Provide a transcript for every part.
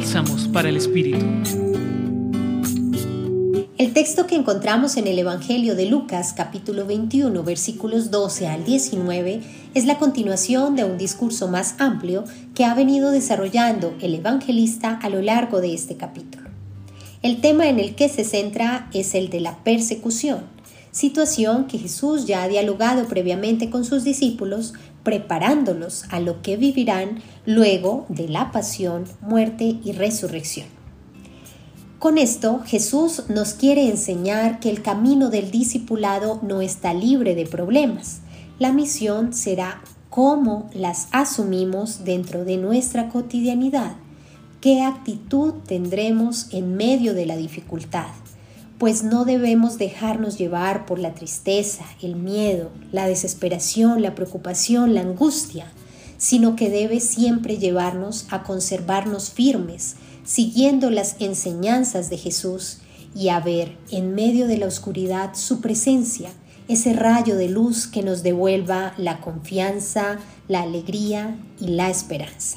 Bálsamos para el Espíritu. El texto que encontramos en el Evangelio de Lucas, capítulo 21, versículos 12 al 19, es la continuación de un discurso más amplio que ha venido desarrollando el evangelista a lo largo de este capítulo. El tema en el que se centra es el de la persecución, situación que Jesús ya ha dialogado previamente con sus discípulos, preparándolos a lo que vivirán luego de la pasión, muerte y resurrección. Con esto, Jesús nos quiere enseñar que el camino del discipulado no está libre de problemas. La misión será cómo las asumimos dentro de nuestra cotidianidad. ¿Qué actitud tendremos en medio de la dificultad? Pues no debemos dejarnos llevar por la tristeza, el miedo, la desesperación, la preocupación, la angustia, sino que debe siempre llevarnos a conservarnos firmes, siguiendo las enseñanzas de Jesús y a ver en medio de la oscuridad su presencia, ese rayo de luz que nos devuelva la confianza, la alegría y la esperanza.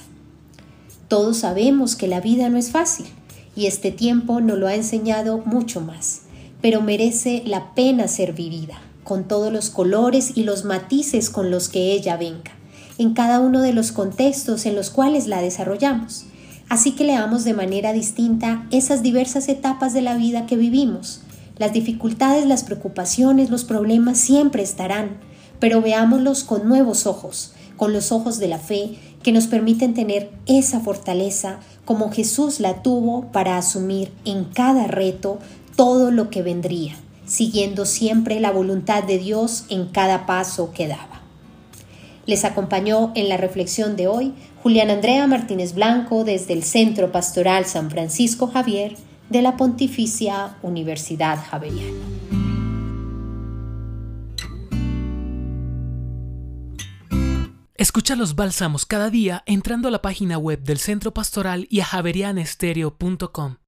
Todos sabemos que la vida no es fácil y este tiempo nos lo ha enseñado mucho más, pero merece la pena ser vivida, con todos los colores y los matices con los que ella venga, en cada uno de los contextos en los cuales la desarrollamos. Así que leamos de manera distinta esas diversas etapas de la vida que vivimos. Las dificultades, las preocupaciones, los problemas siempre estarán, pero veámoslos con nuevos ojos, con los ojos de la fe que nos permiten tener esa fortaleza como Jesús la tuvo para asumir en cada reto todo lo que vendría, siguiendo siempre la voluntad de Dios en cada paso que daba. Les acompañó en la reflexión de hoy Julián Andrea Martínez Blanco desde el Centro Pastoral San Francisco Javier de la Pontificia Universidad Javeriana. Escucha los bálsamos cada día entrando a la página web del Centro Pastoral y a javerianestereo.com.